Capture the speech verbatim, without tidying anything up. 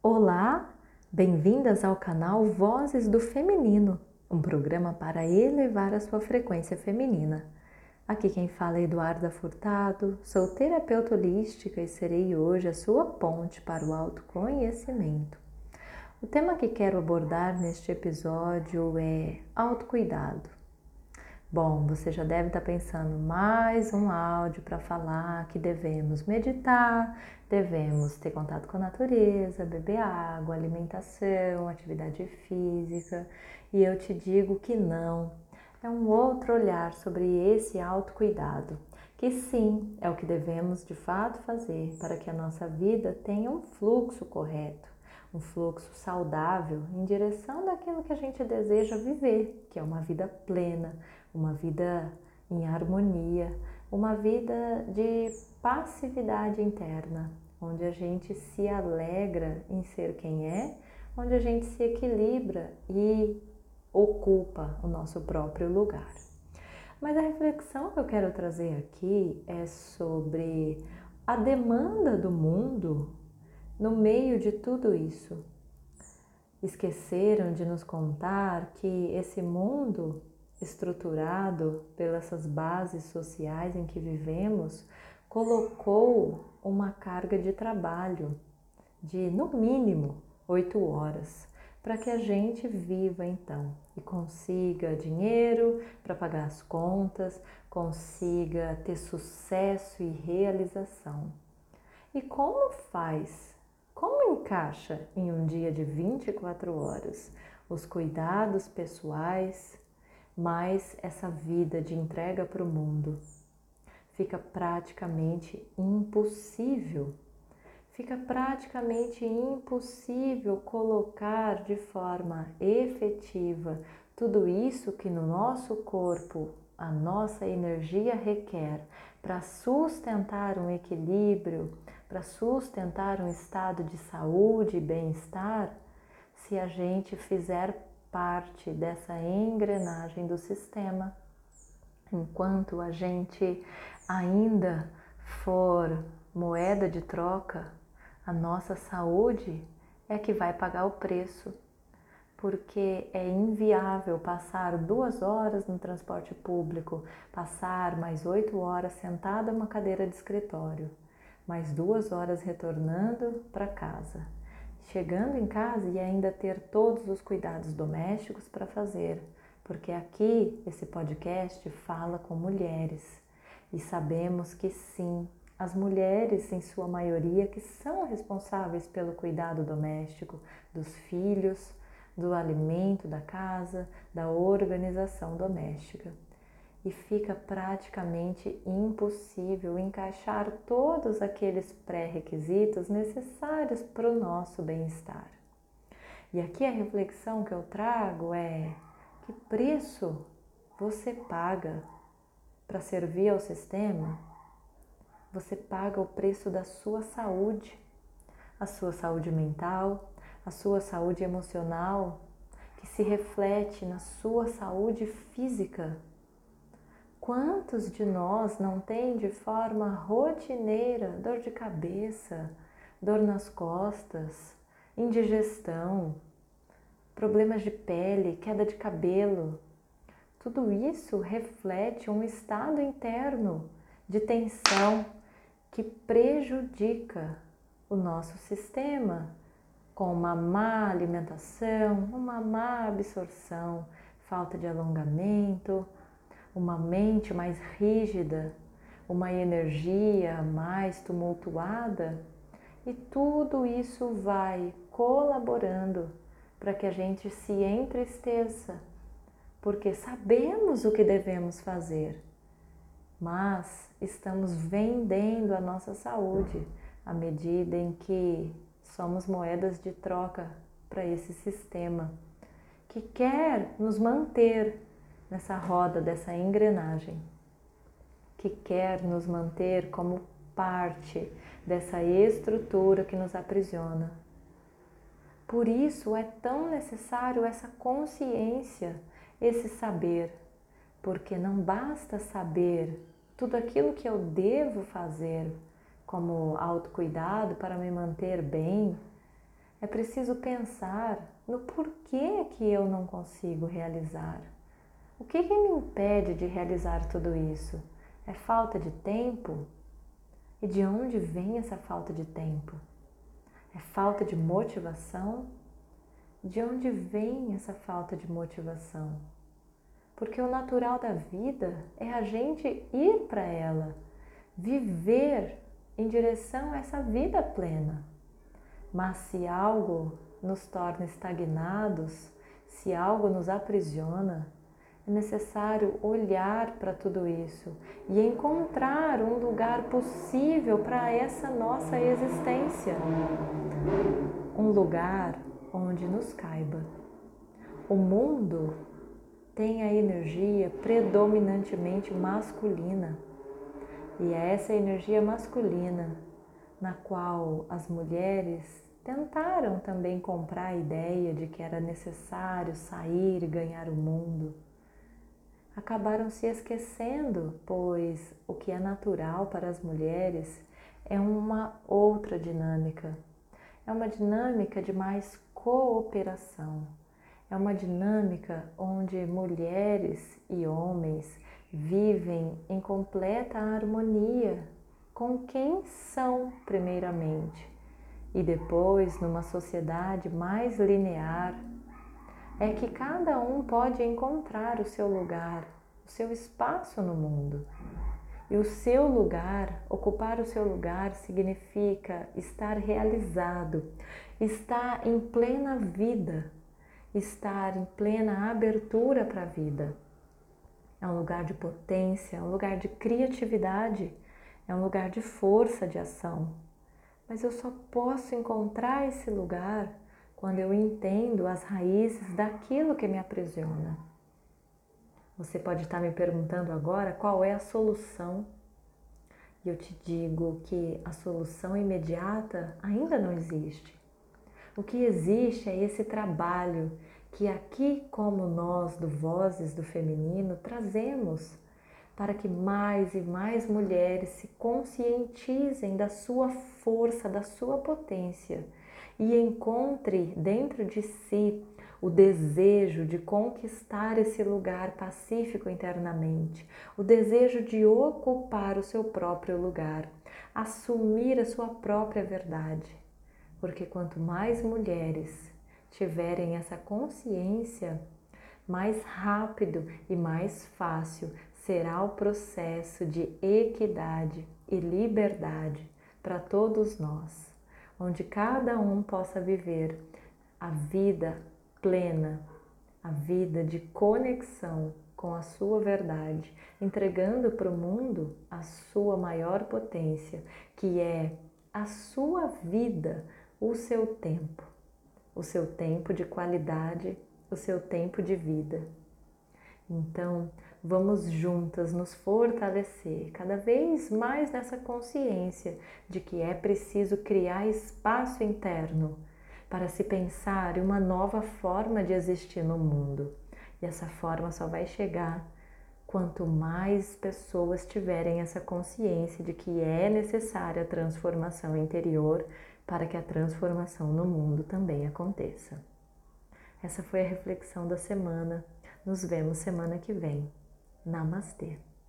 Olá, bem-vindas ao canal Vozes do Feminino, um programa para elevar a sua frequência feminina. Aqui quem fala é Eduarda Furtado, sou terapeuta holística e serei hoje a sua ponte para o autoconhecimento. O tema que quero abordar neste episódio é autocuidado. Bom, você já deve estar pensando, mais um áudio para falar que devemos meditar, devemos ter contato com a natureza, beber água, alimentação, atividade física. E eu te digo que não, é um outro olhar sobre esse autocuidado, que sim, é o que devemos de fato fazer para que a nossa vida tenha um fluxo correto, um fluxo saudável em direção daquilo que a gente deseja viver, que é uma vida plena, uma vida em harmonia, uma vida de passividade interna, onde a gente se alegra em ser quem é, onde a gente se equilibra e ocupa o nosso próprio lugar. Mas a reflexão que eu quero trazer aqui é sobre a demanda do mundo no meio de tudo isso. Esqueceram de nos contar que esse mundo estruturado pelas bases sociais em que vivemos colocou uma carga de trabalho de no mínimo oito horas para que a gente viva então e consiga dinheiro para pagar as contas, consiga ter sucesso e realização. E como faz? Como encaixa em um dia de vinte e quatro horas os cuidados pessoais, mais essa vida de entrega para o mundo? Fica praticamente impossível. Fica praticamente impossível colocar de forma efetiva tudo isso que no nosso corpo a nossa energia requer para sustentar um equilíbrio, para sustentar um estado de saúde e bem-estar, se a gente fizer parte dessa engrenagem do sistema. Enquanto a gente ainda for moeda de troca, a nossa saúde é que vai pagar o preço, porque é inviável passar duas horas no transporte público, passar mais oito horas sentada numa cadeira de escritório, mais duas horas retornando para casa, chegando em casa e ainda ter todos os cuidados domésticos para fazer, porque aqui esse podcast fala com mulheres e sabemos que sim, as mulheres, em sua maioria, que são responsáveis pelo cuidado doméstico dos filhos, do alimento da casa, da organização doméstica. E fica praticamente impossível encaixar todos aqueles pré-requisitos necessários para o nosso bem-estar. E aqui a reflexão que eu trago é: que preço você paga para servir ao sistema? Você paga o preço da sua saúde, a sua saúde mental, a sua saúde emocional, que se reflete na sua saúde física. Quantos de nós não têm de forma rotineira dor de cabeça, dor nas costas, indigestão, problemas de pele, queda de cabelo? Tudo isso reflete um estado interno de tensão que prejudica o nosso sistema, com uma má alimentação, uma má absorção, falta de alongamento, uma mente mais rígida, uma energia mais tumultuada, e tudo isso vai colaborando para que a gente se entristeça, porque sabemos o que devemos fazer, mas estamos vendendo a nossa saúde à medida em que somos moedas de troca para esse sistema que quer nos manter nessa roda dessa engrenagem, que quer nos manter como parte dessa estrutura que nos aprisiona. Por isso é tão necessário essa consciência, esse saber, porque não basta saber tudo aquilo que eu devo fazer como autocuidado para me manter bem. É preciso pensar no porquê que eu não consigo realizar. O que que me impede de realizar tudo isso? É falta de tempo? E de onde vem essa falta de tempo? É falta de motivação? De onde vem essa falta de motivação? Porque o natural da vida é a gente ir para ela, viver em direção a essa vida plena. Mas se algo nos torna estagnados, se algo nos aprisiona, é necessário olhar para tudo isso e encontrar um lugar possível para essa nossa existência. Um lugar onde nos caiba. O mundo tem a energia predominantemente masculina e é essa energia masculina na qual as mulheres tentaram também comprar a ideia de que era necessário sair e ganhar o mundo. Acabaram se esquecendo, pois o que é natural para as mulheres é uma outra dinâmica. É uma dinâmica de mais cooperação. É uma dinâmica onde mulheres e homens vivem em completa harmonia com quem são primeiramente e depois numa sociedade mais linear é que cada um pode encontrar o seu lugar, o seu espaço no mundo. E o seu lugar, ocupar o seu lugar, significa estar realizado, estar em plena vida, estar em plena abertura para a vida. É um lugar de potência, é um lugar de criatividade, é um lugar de força de ação. Mas eu só posso encontrar esse lugar quando eu entendo as raízes daquilo que me aprisiona. Você pode estar me perguntando agora qual é a solução. E eu te digo que a solução imediata ainda não existe. O que existe é esse trabalho que aqui, como nós do Vozes do Feminino, trazemos para que mais e mais mulheres se conscientizem da sua força, da sua potência e encontre dentro de si o desejo de conquistar esse lugar pacífico internamente, o desejo de ocupar o seu próprio lugar, assumir a sua própria verdade. Porque quanto mais mulheres tiverem essa consciência, mais rápido e mais fácil será o processo de equidade e liberdade para todos nós, onde cada um possa viver a vida plena, a vida de conexão com a sua verdade, entregando para o mundo a sua maior potência, que é a sua vida, o seu tempo, o seu tempo de qualidade, o seu tempo de vida. Então, vamos juntas nos fortalecer cada vez mais nessa consciência de que é preciso criar espaço interno para se pensar em uma nova forma de existir no mundo. E essa forma só vai chegar quanto mais pessoas tiverem essa consciência de que é necessária a transformação interior para que a transformação no mundo também aconteça. Essa foi a reflexão da semana. Nos vemos semana que vem. Namastê!